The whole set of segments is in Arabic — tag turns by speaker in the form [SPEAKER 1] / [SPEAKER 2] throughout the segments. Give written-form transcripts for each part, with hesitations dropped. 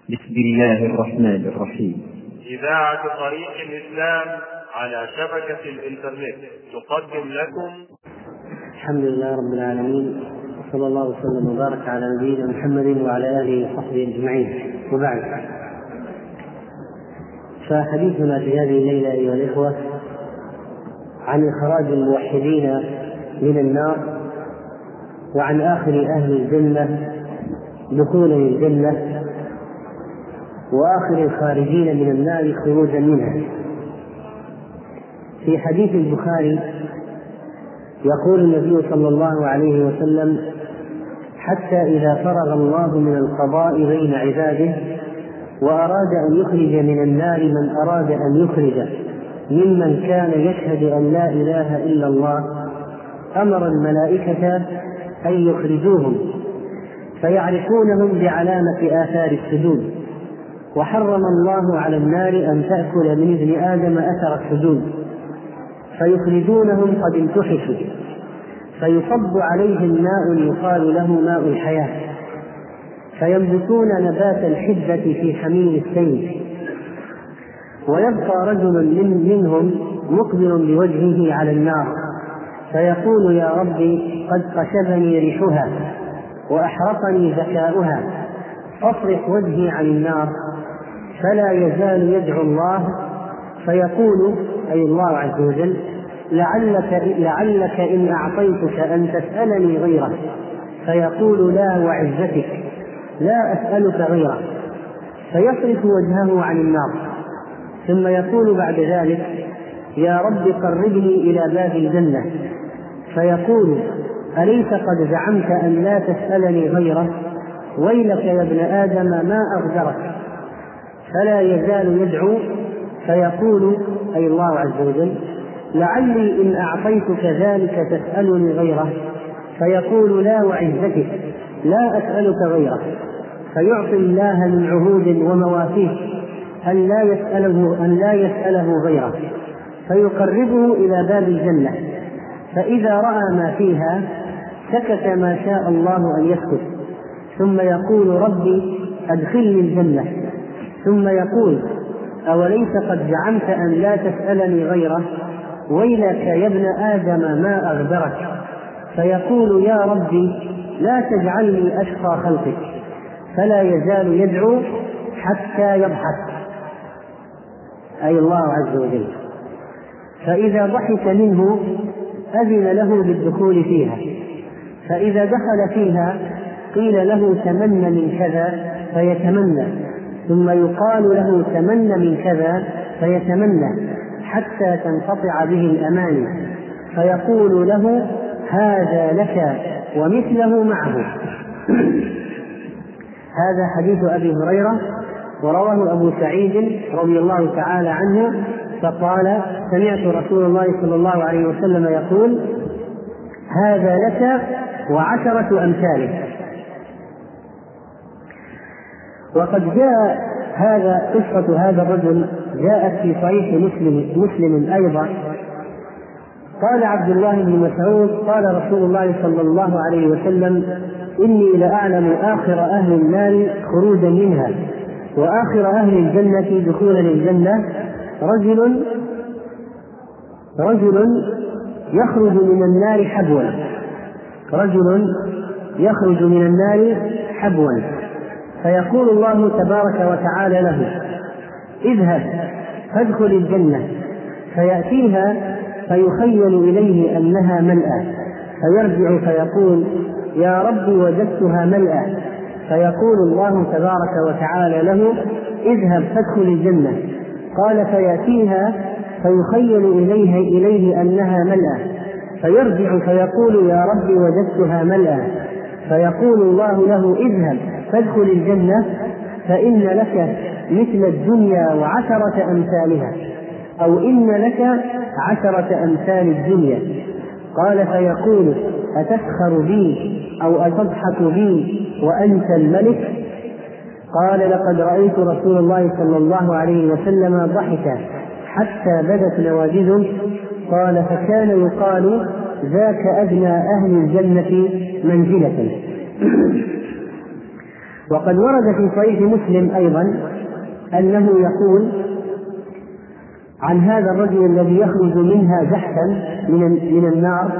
[SPEAKER 1] بسم الله الرحمن الرحيم.
[SPEAKER 2] إذاعة طريق الإسلام على شبكة الإنترنت تقدم لكم.
[SPEAKER 3] الحمد لله رب العالمين، وصلى الله وسلم وبارك على نبينا محمد وعلى آله وصحبه أجمعين، وبعد. فحديثنا في هذه الليلة أيها الإخوة عن إخراج الموحدين من النار، وعن آخر أهل الجنة دخولا الجنة، وآخر الخارجين من النار خروجا منها. في حديث البخاري يقول النبي صلى الله عليه وسلم: حتى إذا فرغ الله من القضاء بين عباده وأراد أن يخرج من النار من أراد أن يخرج ممن كان يشهد أن لا إله إلا الله، أمر الملائكة أن يخرجوهم فيعرفونهم بعلامة آثار السجود، وحرم الله على النار أن تأكل من ابن آدم أثر السجود، فيخرجونهم قد انتحشوا، فيصب عليهم ماء يقال له ماء الحياة، فينبتون نبات الحبة في حميم السيل، ويبقى رجل منهم مقبل بوجهه على النار فيقول: يا ربي قد قشبني ريحها وأحرقني ذكاؤها، فاصرف وجهي عن النار. فلا يزال يدعو الله فيقول، أي الله عز وجل: لعلك إن أعطيتك أن تسألني غيره، فيقول: لا وعزتك لا أسألك غيره، فيصرف وجهه عن النار. ثم يقول بعد ذلك: يا رب قربني إلى باب الجنة، فيقول: أليس قد زعمت أن لا تسألني غيره؟ ويلك يا ابن آدم ما أغدرك. فلا يزال يدعو فيقول، أي الله عز وجل: لعلي إن أعطيتك ذلك تسألني غيره، فيقول: لا وعزتك لا أسألك غيره، فيعطي الله من عهود ومواثيق أن لا يسأله غيره، فيقربه إلى باب الجنة، فإذا رأى ما فيها سكت ما شاء الله أن يسكت، ثم يقول: ربي أدخلني الجنة. ثم يقول: أوليس قد زعمت أن لا تسألني غيره؟ ويلك يا ابن آدم ما أغدرك. فيقول: يا ربي لا تجعلني أشقى خلقك. فلا يزال يدعو حتى يضحك، أي الله عز وجل. فإذا ضحك منه أذن له بالدخول فيها، فإذا دخل فيها قيل له: تمنى من كذا، فيتمنى، ثم يقال له: تمنى من كذا، فيتمنى، حتى تنقطع به الأماني، فيقول له: هذا لك ومثله معه. هذا حديث أبي هريرة، ورواه أبو سعيد رضي الله تعالى عنه فقال: سمعت رسول الله صلى الله عليه وسلم يقول: هذا لك وعشرة أمثاله. وقد جاء قصة هذا الرجل جاءت في صحيح مسلم أيضا. قال عبد الله بن مسعود: قال رسول الله صلى الله عليه وسلم: إني لأعلم آخر أهل النار خروجا منها، وآخر أهل الجنة دخولا الجنة، رجل يخرج من النار حبوا، رجل يخرج من النار حبوا، فيقول الله تبارك وتعالى له: اذهب فادخل الجنة، فيأتيها فيخيل إليه أنها ملأى، فيرجع فيقول: يا رب وجدتها ملأى، فيقول الله تبارك وتعالى له: اذهب فادخل الجنة. قال: فيأتيها فيخيل إليه أنها ملأى، فيرجع فيقول: يا رب وجدتها ملأى، فيقول الله له: اذهب فادخل الجنة، فإن لك مثل الدنيا وعشرة أمثالها، أو إن لك 10 أمثال الدنيا. قال: فيقول: أتسخر بي أو أتضحك بي وأنت الملك؟ قال: لقد رأيت رسول الله صلى الله عليه وسلم ضحك حتى بدت نواجذه. قال: فكان يقال: ذاك أدنى أهل الجنة منزلة. وقد ورد في صحيح مسلم أيضا أنه يقول عن هذا الرجل الذي يخرج منها زحفا من النار،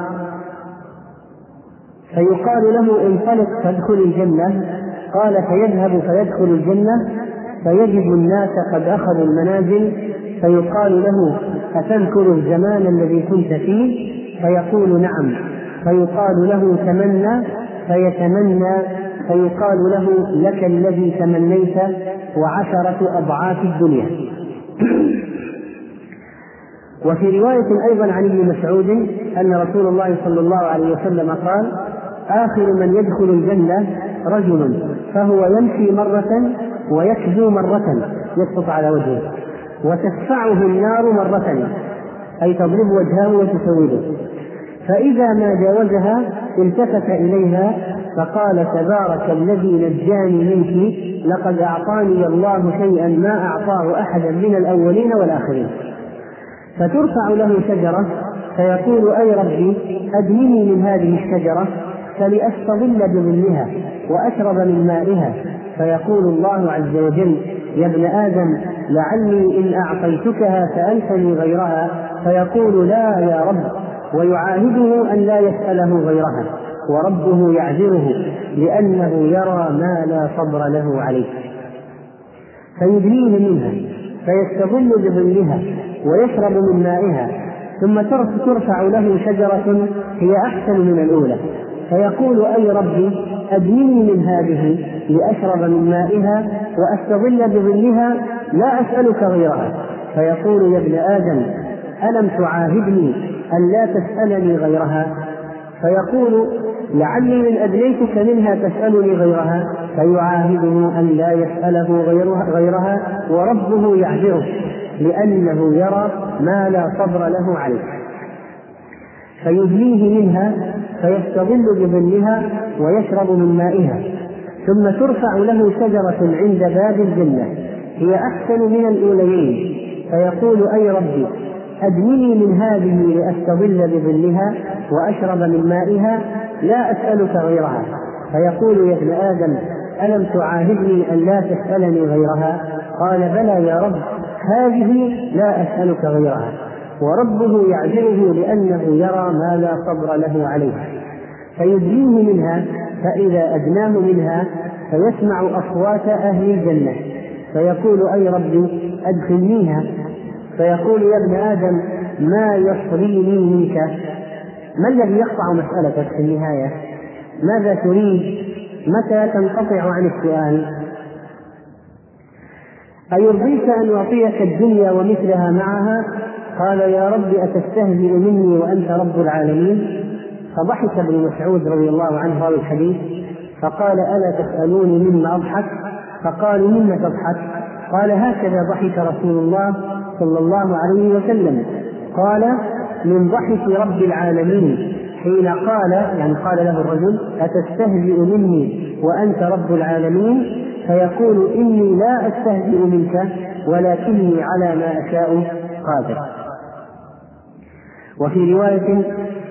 [SPEAKER 3] فيقال له انطلق فادخل الجنة، قال فيذهب فيدخل الجنة فيجد الناس قد أخذوا المنازل، فيقال له أتذكر الزمان الذي كنت فيه؟ فيقول نعم، فيقال له تمنى فيتمنى، فيقال له لك الذي تمنيت و10 أضعاف الدنيا. وفي رواية أيضا عن ابن مسعود أن رسول الله صلى الله عليه وسلم قال آخر من يدخل الجنة رجل فهو يمشي مرة ويكذو مرة، يسقط على وجهه، وتدفعه النار مرة، أي تضرب وجهه وتسوده، فإذا ما جاوزها التفت إليها فقال تبارك الذي نجاني منك، لقد أعطاني الله شيئا ما أعطاه أحدا من الأولين والآخرين. فترفع له شجرة فيقول أي ربي أدنني من هذه الشجرة فلأستظل بظلها وأشرب من مائها، فيقول الله عز وجل يا ابن آدم لعلي إن أعطيتكها سألتني غيرها، فيقول لا يا رب، ويعاهده أن لا يسأله غيرها، وربه يعذره لأنه يرى ما لا صبر له عليه، فيدنيه منها فيستظل بظلها ويشرب من مائها، ثم ترفع له شجرة هي أحسن من الأولى، فيقول أي ربي أدنني من هذه لأشرب من مائها وأستظل بظلها لا أسألك غيرها، فيقول يا ابن آدم ألم تعاهدني أن لا تسألني غيرها؟ فيقول لعلي إن أدنيتك منها تسألني غيرها، فيعاهده أن لا يسأله غيرها وربه يعذره لأنه يرى ما لا صبر له عليه، فيدنيه منها فيستظل بظلها ويشرب من مائها، ثم ترفع له شجرة عند باب الجنة هي أحسن من الأوليين، فيقول أي ربي أدنني من هذه لأستظل بظلها وأشرب من مائها لا أسألك غيرها، فيقول يا ابن آدم ألم تعاهدني أن لا تسألني غيرها؟ قال بلى يا رب هذه لا أسألك غيرها، وربه يعذره لأنه يرى ما لا صبر له عليه، فيدنيه منها، فإذا أدناه منها فيسمع أصوات أهل الجنة، فيقول أي ربي أدخلنيها، فيقول يا ابن آدم ما يصريني منك؟ ما الذي يقطع مسألتك في النهاية؟ ماذا تريد؟ متى تنقطع عن السؤال؟ أيرضيك أن أعطيك الدنيا ومثلها معها؟ قال يا رب أتستهزئ مني وأنت رب العالمين؟ فضحك ابن مسعود رضي الله عنه راوي الحديث فقال ألا تسألوني مما أضحك؟ فقالوا مما تضحك؟ قال هكذا ضحك رسول الله صلى الله عليه وسلم، قال من ضحك رب العالمين حين قال، يعني قال له الرجل أتستهزئ مني وأنت رب العالمين؟ فيقول إني لا أستهزئ منك ولكني على ما أشاء قادر. وفي رواية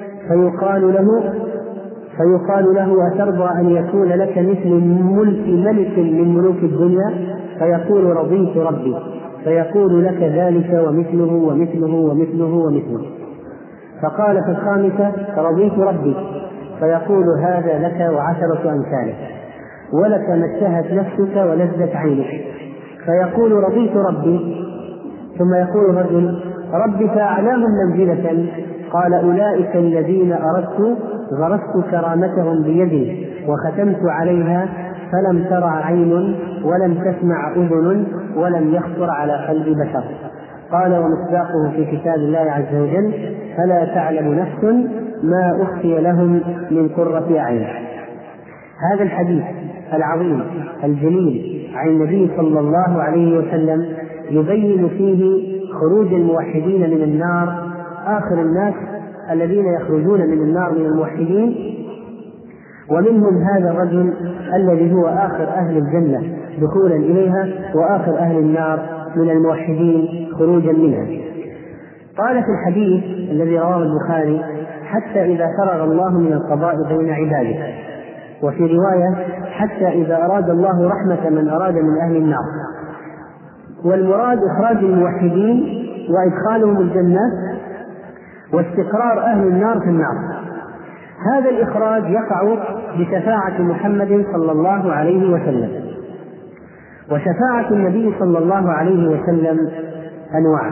[SPEAKER 3] فيقال له أترضى أن يكون لك مثل ملك من ملوك الدنيا؟ فيقول رضيت ربي، فيقول لك ذلك ومثله ومثله ومثله ومثله. فقال في الخامسة رضيت ربي، فيقول هذا لك و10 أمثاله، ولك ما اشتهت نفسك ولذت عينك. فيقول رضيت ربي، ثم يقول الرجل ربي فأعلاهم منزلة؟ قال أولئك الذين أردت غرست كرامتهم بيدي وختمت عليها فلم ترى عين ولم تسمع أذن ولم يخطر على قلب بشر. قال ومصداقه في كتاب الله عز وجل فلا تعلم نفس ما أخفي لهم من قرة أعين. هذا الحديث العظيم الجليل عن النبي صلى الله عليه وسلم يبين فيه خروج الموحدين من النار، آخر الناس الذين يخرجون من النار من الموحدين، ومنهم هذا الرجل الذي هو آخر أهل الجنة دخولا إليها وآخر أهل النار من الموحدين خروجا منها. قال في الحديث الذي رواه البخاري حتى إذا فرغ الله من القضاء بين عباده، وفي رواية حتى إذا أراد الله رحمة من أراد من أهل النار. والمراد إخراج الموحدين وإدخالهم الجنة واستقرار أهل النار في النار. هذا الإخراج يقع بشفاعة محمد صلى الله عليه وسلم. وشفاعة النبي صلى الله عليه وسلم أنواع.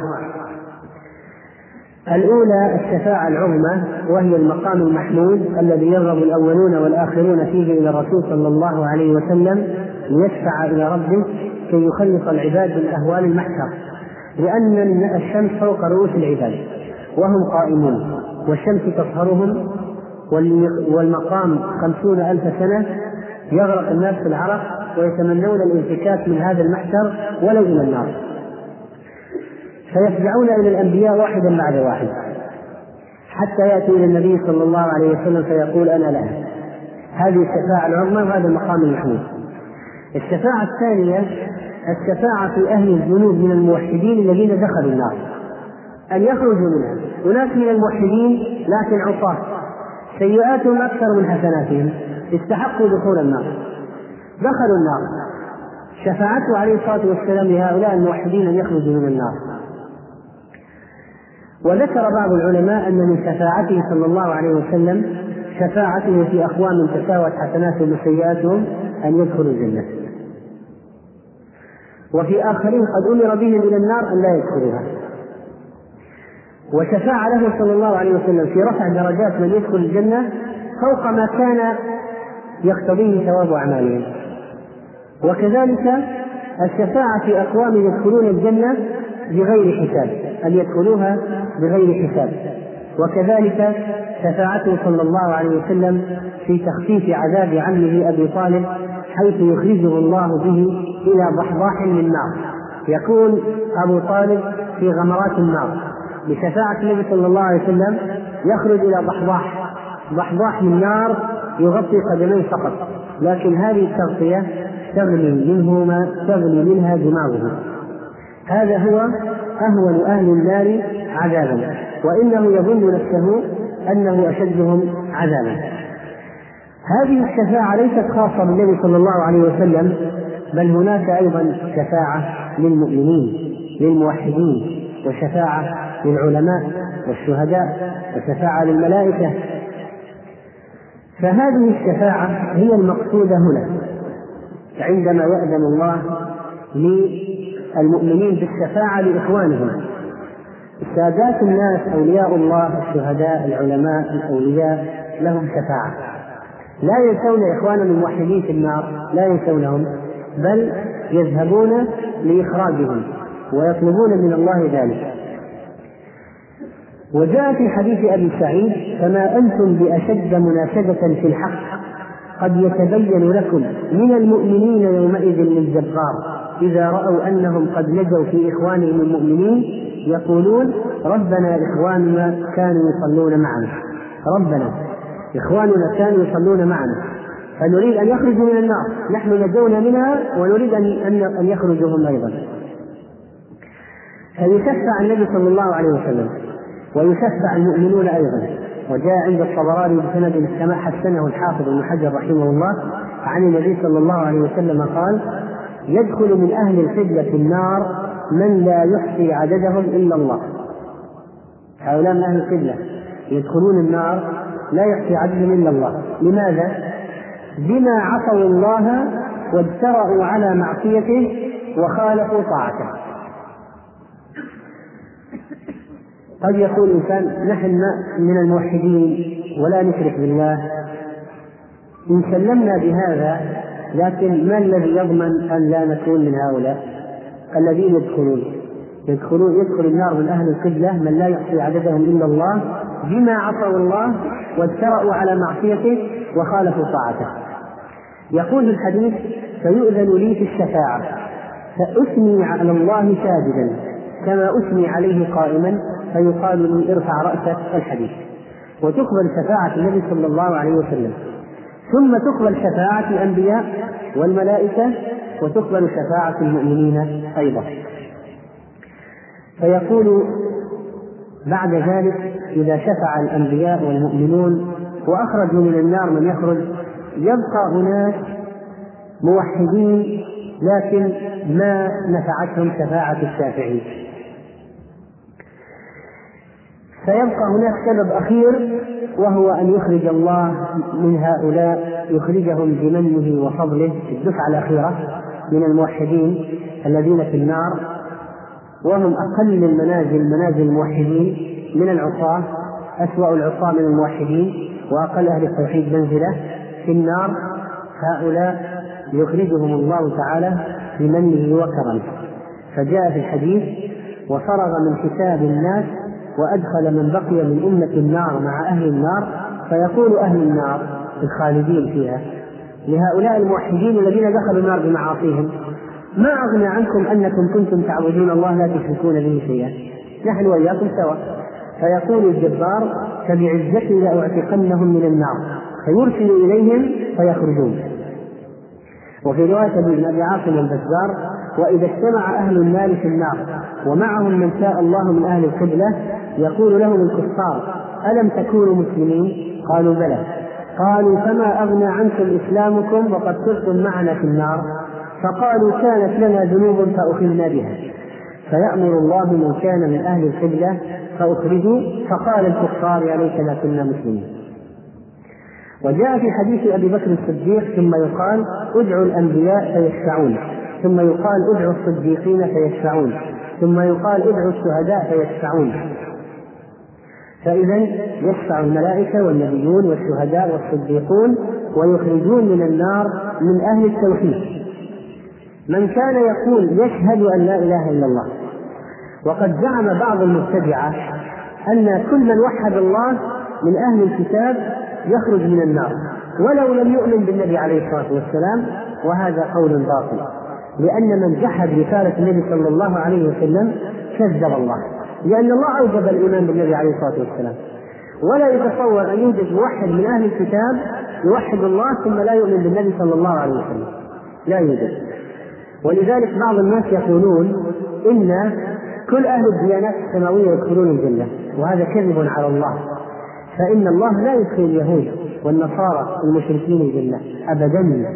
[SPEAKER 3] الأولى الشفاعة العظمى، وهي المقام المحمود الذي يرغب الأولون والآخرون فيه إلى الرسول صلى الله عليه وسلم ليشفع إلى ربه كي يخلص العباد من أهوال المحشر، لأن الشمس فوق رؤوس العباد وهم قائمون، والشمس تصهرهم، والمقام 50,000 سنة، يغرق الناس في العرق ويتمنون الانفكاك من هذا المحشر ولو إلى النار، فيفزعون إلى الأنبياء واحدا بعد واحد حتى يأتي إلى النبي صلى الله عليه وسلم فيقول أنا لها. هذه الشفاعة العظمى وهذا المقام المحمود. الشفاعة الثانية الشفاعة في أهل الذنوب من الموحدين الذين دخلوا النار، أن يخرجوا منها. أناس من الموحدين لكن عصاة سيئاتهم أكثر من حسناتهم، استحقوا دخول النار، دخلوا النار، شفاعته عليه الصلاة والسلام لهؤلاء الموحدين أن يخرجوا من النار. وذكر بعض العلماء أن من شفاعته صلى الله عليه وسلم شفاعته في أقوام تساوت حسناتهم وسيئاتهم أن يدخلوا الجنة، وفي آخرين قد أمر بهم إلى النار أن لا يدخلوها. وشفاع له صلى الله عليه وسلم في رفع درجات من يدخل الجنة فوق ما كان يقتضيه ثواب أعمالهم. وكذلك الشفاعة في أقوام يدخلون الجنة بغير حساب، أن يدخلوها بغير حساب. وكذلك شفاعته صلى الله عليه وسلم في تخفيف عذاب عمه أبي طالب حيث يخرجه الله به إلى ضحضاح من النار، يكون أبو طالب في غمرات النار، بشفاعة النبي صلى الله عليه وسلم يخرج إلى ضحضاح من نار يغطي قدميه فقط، لكن هذه التغطية تغلي منها دماغه. هذا هو أهون أهل النار عذابا، وإنه يظن نفسه أنه أشدهم عذابا. هذه الشفاعة ليست خاصة بالنبي صلى الله عليه وسلم، بل هناك أيضا شفاعة للمؤمنين للموحدين، وشفاعة للعلماء والشهداء، وشفاعة للملائكة. فهذه الشفاعة هي المقصودة هنا عندما يأذن الله للمؤمنين بالشفاعة لإخوانهم. سادات الناس أولياء الله الشهداء العلماء الأولياء لهم شفاعة، لا ينسون إخوانهم الموحدين في النار، لا ينسونهم، بل يذهبون لإخراجهم ويطلبون من الله ذلك. وجاء في حديث أبي سعيد: فما أنتم بأشد مناشدة في الحق قد يتبين لكم من المؤمنين يومئذ للجبار إذا رأوا أنهم قد نجوا في إخوانهم المؤمنين يقولون ربنا إخواننا كانوا يصلون معنا، ربنا إخواننا كانوا يصلون معنا، فنريد أن يخرجوا من النار، نحن نجونا منها ونريد أن يخرجوا هم أيضا. فيشفع النبي صلى الله عليه وسلم ويشفع المؤمنون أيضا. وجاء عند الطبراني بسند كما حسنه الحافظ ابن حجر رحمه الله عن النبي صلى الله عليه وسلم قال: يدخل من أهل القبلة النار من لا يحصي عددهم إلا الله. هؤلاء من أهل القبلة يدخلون النار لا يحصي عددهم إلا الله. لماذا؟ بما عصوا الله واجترأوا على معصيته وخالفوا طاعته. قد يقول إنسان: نحن من الموحدين ولا نشرك بالله، إن سلمنا بهذا، لكن ما الذي يضمن أن لا نكون من هؤلاء الذين يدخل النار من أهل القبلة من لا يحصي عددهم إلا الله بما عصوا الله واجترأوا على معصيته وخالفوا طاعته. يقول الحديث: فيؤذن لي في الشفاعة فأثني على الله ساجدا كما أثني عليه قائما، فيقال لي ارفع رأسك. الحديث. وتقبل شفاعة النبي صلى الله عليه وسلم، ثم تقبل شفاعة الأنبياء والملائكة، وتقبل شفاعة المؤمنين أيضا. فيقول بعد ذلك: إذا شفع الأنبياء والمؤمنون وأخرجوا من النار من يخرج، يبقى أناس موحدين لكن ما نفعتهم شفاعة الشافعين. فيبقى هناك سبب أخير، وهو أن يخرج الله من هؤلاء، يخرجهم بمنه وفضله في الدفعة الأخيرة من الموحدين الذين في النار، وهم أقل المنازل منازل الموحدين من العصاة، أسوأ العصاة من الموحدين وأقل أهل التوحيد منزلة في النار. هؤلاء يخرجهم الله تعالى بمنه وكرمه. فجاء في الحديث: وفرغ من حساب الناس وأدخل من بقي من أمة النار مع أهل النار، فيقول أهل النار الخالدين فيها لهؤلاء الموحدين الذين دخلوا النار بمعاصيهم: ما أغنى عنكم أنكم كنتم تعبدون الله لا تشركون به شيئا، نحن وإياكم سواء. فيقول الجبار: فبعزتي لأعتقنهم من النار، فيرسل إليهم فيخرجون. وفي رواية ابن أبي عاصم البزار: وإذا اجتمع أهل النار في النار ومعهم من شاء الله من أهل القبلة يقول لهم الكفار: ألم تكونوا مسلمين؟ قالوا: بلى. قالوا: فما أغنى عنكم إسلامكم وقد صرتم معنا في النار؟ فقالوا: كانت لنا ذنوب فأخذنا بها. فيأمر الله من كان من أهل القبلة فأخرجوا، فقال الكفار: يا ليتنا كنا مسلمين. وجاء في حديث أبي بكر الصديق: ثم يقال: ادعوا الأنبياء فيشفعون، ثم يقال: ادعوا الصديقين فيشفعون، ثم يقال: ادعوا الشهداء فيشفعون. فإذا يشفع الملائكة والنبيون والشهداء والصديقون، ويخرجون من النار من أهل التوحيد من كان يقول يشهد أن لا إله إلا الله. وقد زعم بعض المبتدعة أن كل من وحد الله من أهل الكتاب يخرج من النار ولو لم يؤمن بالنبي عليه الصلاة والسلام، وهذا قول باطل، لأن من جحد رسالة النبي صلى الله عليه وسلم كذب الله، لأن الله أوجب الإيمان بالنبي عليه الصلاة والسلام. ولا يتصور أن يوجد موحد من أهل الكتاب يوحد الله ثم لا يؤمن بالنبي صلى الله عليه وسلم، لا يوجد. ولذلك بعض الناس يقولون إن كل أهل الديانات السماوية يدخلون الجنة، وهذا كذب على الله، فإن الله لا يدخل اليهود والنصارى المشركين الجنة أبدا.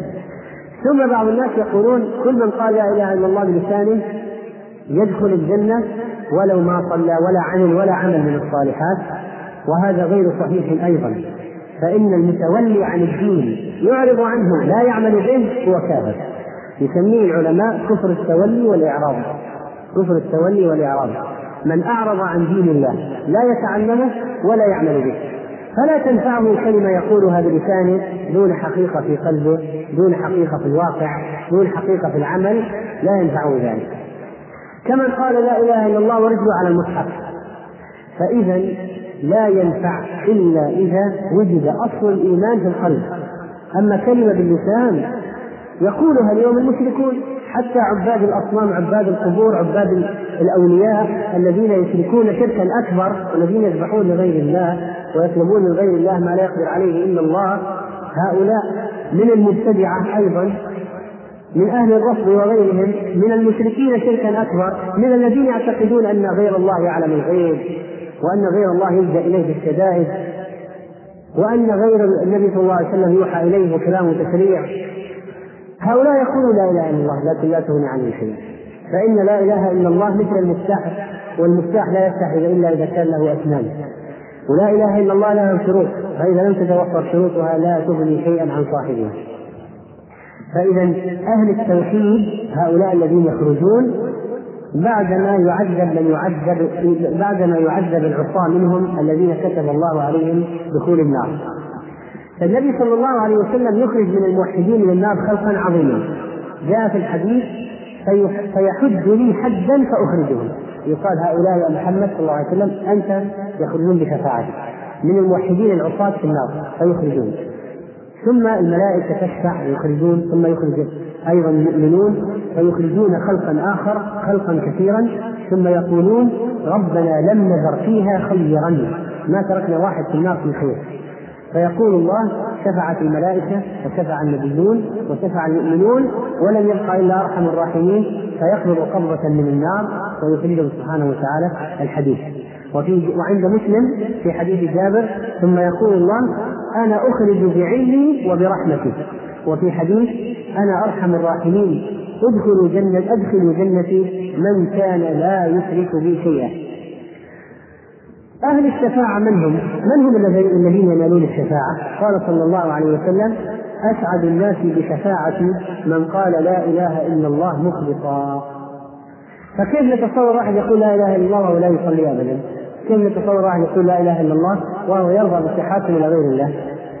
[SPEAKER 3] ثم بعض الناس يقولون كل من قال لا إله إلا الله بلسانه يدخل الجنة ولو ما صلى ولا عمل من الصالحات، وهذا غير صحيح أيضا، فإن المتولي عن الدين يعرض عنه لا يعمل به هو كافر. يسميه العلماء كفر التولي والإعراض. كفر التولي والإعراض، من أعرض عن دين الله لا يتعلمه ولا يعمل به، فلا تنفعه كلمة يقولها بلسانه دون حقيقة في قلبه، دون حقيقة في الواقع، دون حقيقة في العمل، لا ينفعه ذلك. كمن قال لا إله إلا الله ورجله على المصحف، فإذا لا ينفع إلا إذا وجد أصل الإيمان في القلب. أما كلمة باللسان يقولها اليوم المشركون، حتى عباد الأصنام، عباد القبور، عباد الأولياء الذين يشركون شركا أكبر، والذين يذبحون لغير الله ويطلبون من غير الله ما لا يقدر عليه إلا الله، هؤلاء من المبتدعة أيضا، من أهل الرفض وغيرهم، من المشركين شركا أكبر، من الذين يعتقدون أن غير الله يعلم الغيب، وأن غير الله يلجأ إليه في الشدائد، وأن غير النبي صلى الله عليه وسلم يوحى إليه وكلامه تشريع. هؤلاء يقولون لا إله إلا الله لكن لا تغني عنه شيء، فإن لا إله إلا الله مثل المفتاح، والمفتاح لا يفتح إلا إذا كان له أسنان، ولا إله إلا الله لها شروط، فإذا لم تتوفر شروطها لا تغني شيئا عن صاحبها. فإذا أهل التوحيد هؤلاء الذين يخرجون بعدما يعذب العصاة منهم الذين كتب الله عليهم دخول النار. فالنبي صلى الله عليه وسلم يخرج من الموحدين من النار خلقا عظيما، جاء في الحديث: فيحد لي حدا فأخرجهم. يقال هؤلاء يا محمد صلى الله عليه وسلم أنت يخرجون بشفاعتك من الموحدين العصاة في النار فيخرجون، ثم الملائكة تشفع ويخرجون، ثم يخرج أيضا المؤمنون فيخرجون خلقا آخر، خلقا كثيرا، ثم يقولون: ربنا لم نذر فيها خيرا، ما تركنا واحد في النار في خير. فيقول الله: شفعت الملائكة وشفع النبيون وشفع المؤمنون ولم يبقى إلا أرحم الراحمين، فيقبض قبضة من النار ويخرجه سبحانه وتعالى. الحديث. وعند مسلم في حديث جابر: ثم يقول الله: أنا أخرج بعلمي وبرحمتي، وفي حديث أنا أرحم الراحمين أدخلوا جنتي من كان لا يشرك بي شيئا. أهل الشفاعة من هم الذين ينالون الشفاعة؟ قال صلى الله عليه وسلم أسعد الناس بشفاعة من قال لا إله إلا الله مخلصا. فكيف نتصور واحد يقول لا إله إلا الله وهو لا يصلي أبدا؟ كيف نتصور واحد يقول لا إله إلا الله وهو يرضى بالتحاكم إلى غير الله؟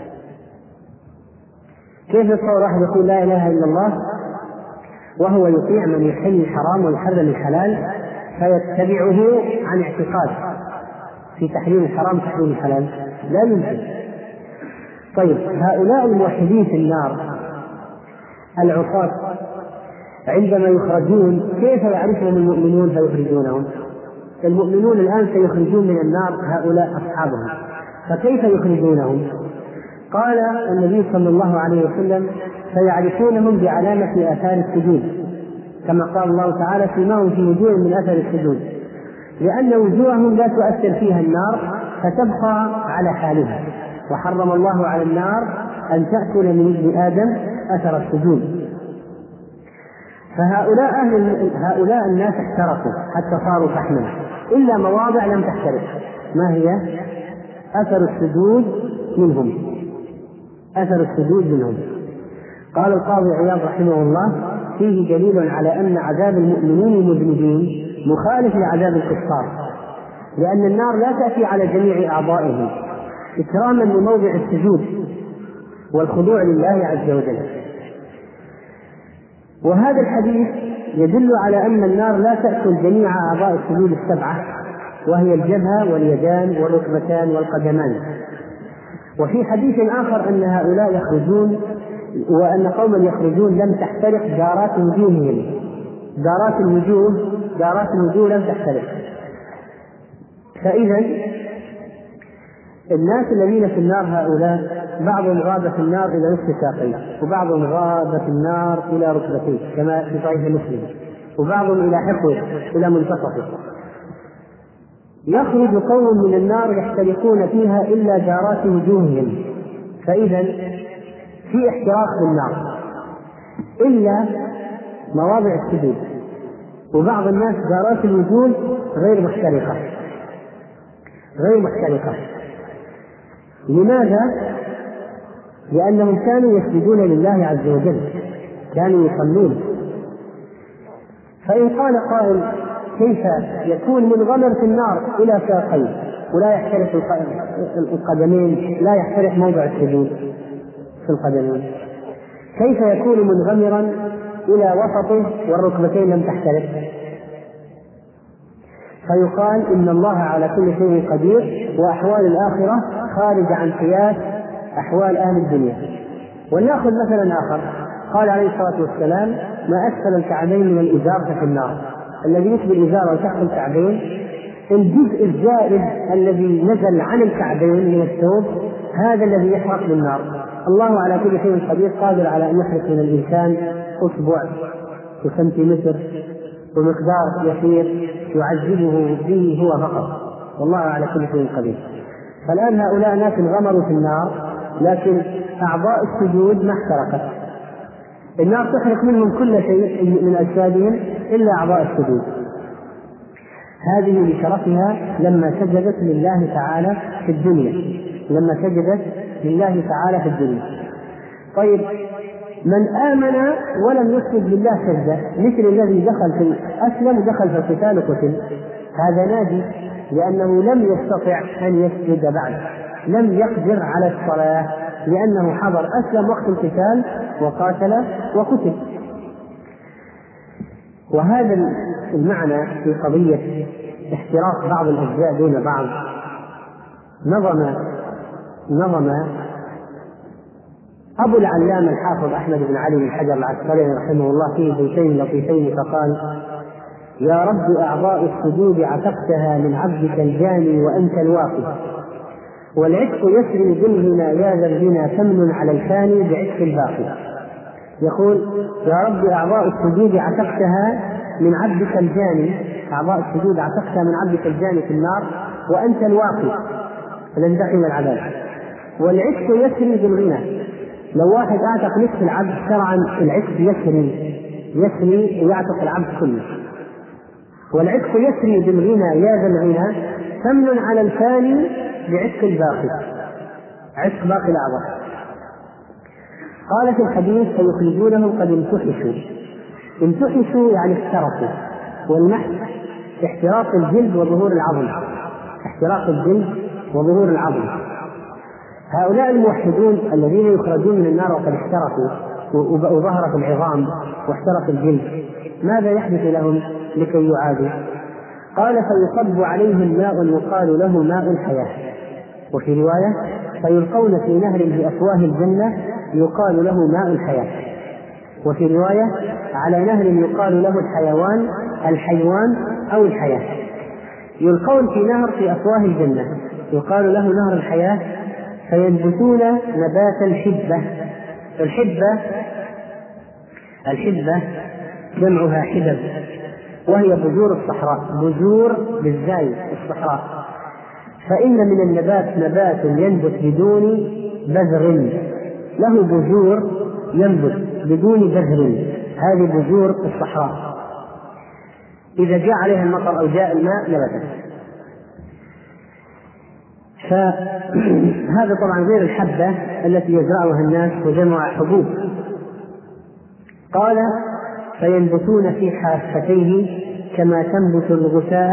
[SPEAKER 3] كيف نتصور واحد يقول لا إله إلا الله وهو يطيع من يحل الحرام ويحرم الحلال فيتبعه عن اعتقاد في تحريم الحرام تحريم الحلال؟ لا يمكن. طيب هؤلاء الموحدين في النار العصاة عندما يخرجون كيف يعرفهم المؤمنون فيخرجونهم؟ المؤمنون الآن سيخرجون من النار هؤلاء أصحابهم، فكيف يخرجونهم؟ قال النبي صلى الله عليه وسلم فيعرفونهم بعلامة آثار السجود، كما قال الله تعالى سيماهم في وجوه من أثر السجود، لأن وجوههم لا تؤثر فيها النار فتبقى على حالها، وحرم الله على النار أن تأكل من ابن آدم أثر السجود. فهؤلاء الناس احترقوا حتى صاروا فحما إلا مواضع لم تحترق. ما هي؟ أثر السجود منهم. قال القاضي عياض رحمه الله فيه دليل على أن عذاب المؤمنين المذنبين مخالف لعذاب الكفار، لأن النار لا تأتي على جميع أعضائهم إكراما لموضع السجود والخضوع لله عز وجل. وهذا الحديث يدل على أن النار لا تأكل جميع أعضاء السجود السبعة، وهي الجبهة واليدان والركبتان والقدمان. وفي حديث آخر أن هؤلاء يخرجون وأن قوما يخرجون لم تحترق دارات وجوههم. دارات الوجوه لم تحترق. فإذا الناس الذين في النار هؤلاء بعضهم غاب في النار إلى نصف ساقيه، وبعضهم غاب في النار إلى ركبتيه كما في صحيح مسلم، وبعضهم إلى حقوه إلى منتصفه. يخرج قوم من النار يحترقون فيها إلا دارات وجوههم، فإذا في احتراق في النار إلا مواضع السجود، وبعض الناس دارات الوجوه غير محترقة. لماذا؟ لأنهم كانوا يسجدون لله عز وجل، كانوا يصلون. فإن قال قائل كيف يكون منغمر في النار إلى ساقيه ولا يحترق القدمين، لا يحترق موضع السجود في القدمين، كيف يكون منغمرا إلى وسطه والركبتين لم تحترق؟ فيقال إن الله على كل شيء قدير، وأحوال الآخرة خارج عن قياس أحوال أهل الدنيا. ولنأخذ مثلا آخر، قال عليه الصلاة والسلام ما أسفل الكعبين من الإزار ففي النار. الذي يسبل الإزار وتحت الكعبين الجزء الزائد الذي نزل عن الكعبين من الثوب هذا الذي يحرق بالنار. الله على كل شيء قدير، قادر على أن يحرق من الإنسان أصبع وسنتيمتر ومقدار يسير يعذبه به هو فقط، والله على كل شيء قدير. فالآن هؤلاء ناس غمروا في النار لكن أعضاء السجود ما احترقت. النار تحرق منهم كل شيء من أجسادهم إلا أعضاء السجود. هذه لشرفها لما سجدت لله تعالى في الدنيا. طيب من آمن ولم يسجد لله سجدة مثل الذي دخل في أسلم ودخل في القتال وقتل، هذا ناجي لأنه لم يستطع أن يسجد بعد، لم يقدر على الصلاة لأنه حضر أسلم وقت القتال وقاتل وقتل. وهذا المعنى في قضية احتراق بعض الأجزاء دون بعض نظم أبو العلامة الحافظ أحمد بن علي بن حجر العسقلاني رحمه الله فيه بيتين لطيفين فقال: يا رب أعضاء السجود عتقتها من عبدك الجاني وأنت الواقف، والعتق يسري ذلنا يا ذا الغنى ثمن على الفاني بعتق الباقي. يقول: يا رب أعضاء السجود عتقتها من عبدك الجاني، أعضاء السجود عتقتها من عبدك الجاني في النار وأنت الواقف الذي دخل العذاب، والعتق يسري بالغنى، لو واحد أعتق نصف العبد شرعا العتق يسري ويعتق العبد كله، والعتق يسري بالغنى يا ذا الغنى ثمن على الفاني بعتق الباقي، عتق باقي الأعضاء. قال في الحديث فيخرجونهم قد امتحشوا يعني احترقوا، والمحش احتراق الجلد وظهور العظم، احتراق الجلد وظهور العظم. هؤلاء الموحدون الذين يخرجون من النار وقد احترقوا وظهرت العظام واحترق الجلد، ماذا يحدث لهم لكي يعادوا؟ قال فيصب عليهم ماء يقال له ماء الحياة، وفي رواية فيلقون في نهر بأفواه الجنة يقال له ماء الحياة، وفي رواية على نهر يقال له الحيوان أو الحياة، يلقون في نهر في أفواه الجنة يقال له نهر الحياة، فينبتون نبات الحبة جمعها حبب، وهي بذور الصحراء، بذور بالزاي الصحراء. فإن من النبات نبات ينبت بدون بذر، له بذور ينبت بدون بذر، هذه بذور الصحراء، إذا جاء عليها المطر أو جاء الماء نبتت. فهذا طبعا غير الحبة التي يزرعها الناس وجمع حبوب. قال فينبتون في حافتيه كما تنبت الغثاء،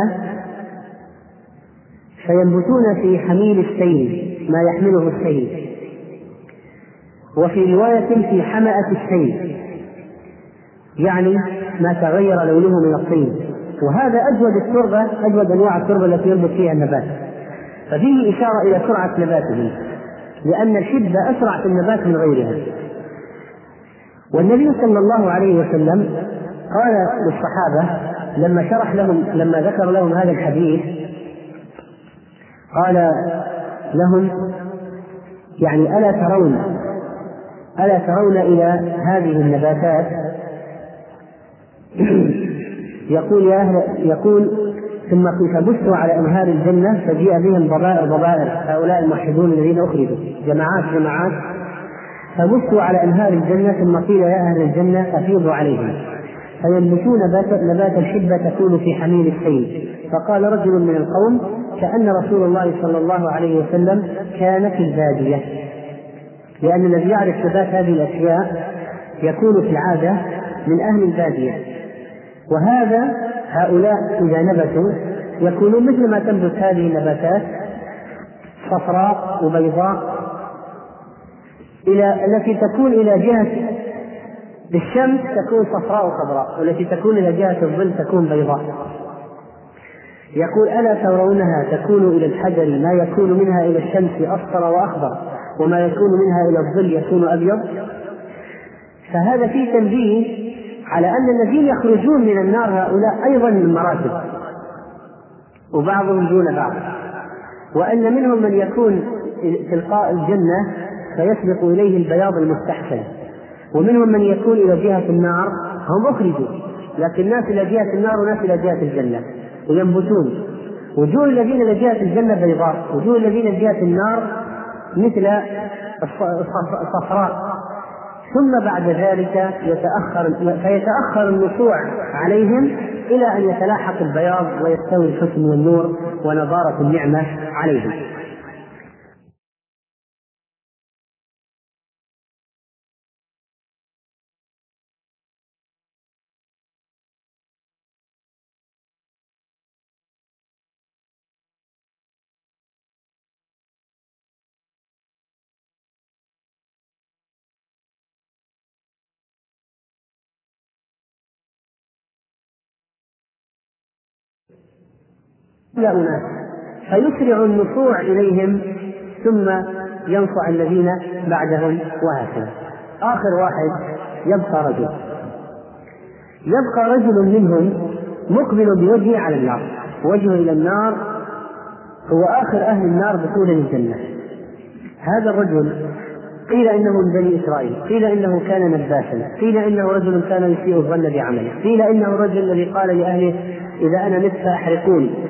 [SPEAKER 3] فينبتون في حميل السيل ما يحمله السيل، وفي رواية في حمأة السيل يعني ما تغير لونه من الطين، وهذا أجود أنواع التربة التي ينبت فيها النبات، ففيه إشارة إلى سرعة نباته، لأن الحبة أسرع في النبات من غيرها. والنبي صلى الله عليه وسلم قال للصحابة لما ذكر لهم هذا الحديث، قال لهم يعني ألا ترون إلى هذه النباتات، يقول ثم فبثوا على أنهار الجنة فجيء بهم ضبائر هؤلاء الموحدون الذين أخرجوا جماعات فبثوا على أنهار الجنة، ثم قيل يا أهل الجنة أفيضوا عليهم، فينبتون نبات الحبة تكون في حميل السيل. فقال رجل من القوم كأن رسول الله صلى الله عليه وسلم كان في البادية، لأن الذي يعرف نبات هذه الأشياء يكون في العادة من أهل البادية، هؤلاء إذا نبتوا يكونون مثل ما تنبت هذه النباتات صفراء وبيضاء، التي تكون إلى جهة بالشمس تكون صفراء وخضراء، والتي تكون إلى جهة الظل تكون بيضاء. يقول ألا ترونها تكون إلى الحجر ما يكون منها إلى الشمس أصفر وأخضر، وما يكون منها إلى الظل يكون أبيض. فهذا فيه تنبيه على أن الذين يخرجون من النار هؤلاء أيضا من مراتب، وبعضهم دون بعض، وأن منهم من يكون تلقاء الجنة فيسبق إليه البياض المستحسن، ومنهم من يكون إلى جهة النار هم أخرجوا، لكن ناس إلى جهة النار وناس إلى جهة الجنة وينبتون. وجوه الذين إلى جهة الجنة بيضاء، وجوه الذين إلى جهة النار مثل الصفراء. ثم بعد ذلك فيتأخر النصوع عليهم إلى أن يتلاحق البياض ويستوي الحسن والنور ونضارة النعمة عليهم. لا أناس فيسرع النصوع إليهم ثم ينصع الذين بعدهم، وهكذا. آخر واحد يبقى رجل منهم مقبل بوجهه على النار، وجهه إلى النار، هو آخر أهل النار دخولا الجنة. هذا الرجل قيل إنه من بني إسرائيل، قيل إنه كان نباشا، قيل إنه رجل كان يسيء الظن بعمله، قيل إنه الرجل الذي قال لأهله إذا أنا مت فأحرقوني،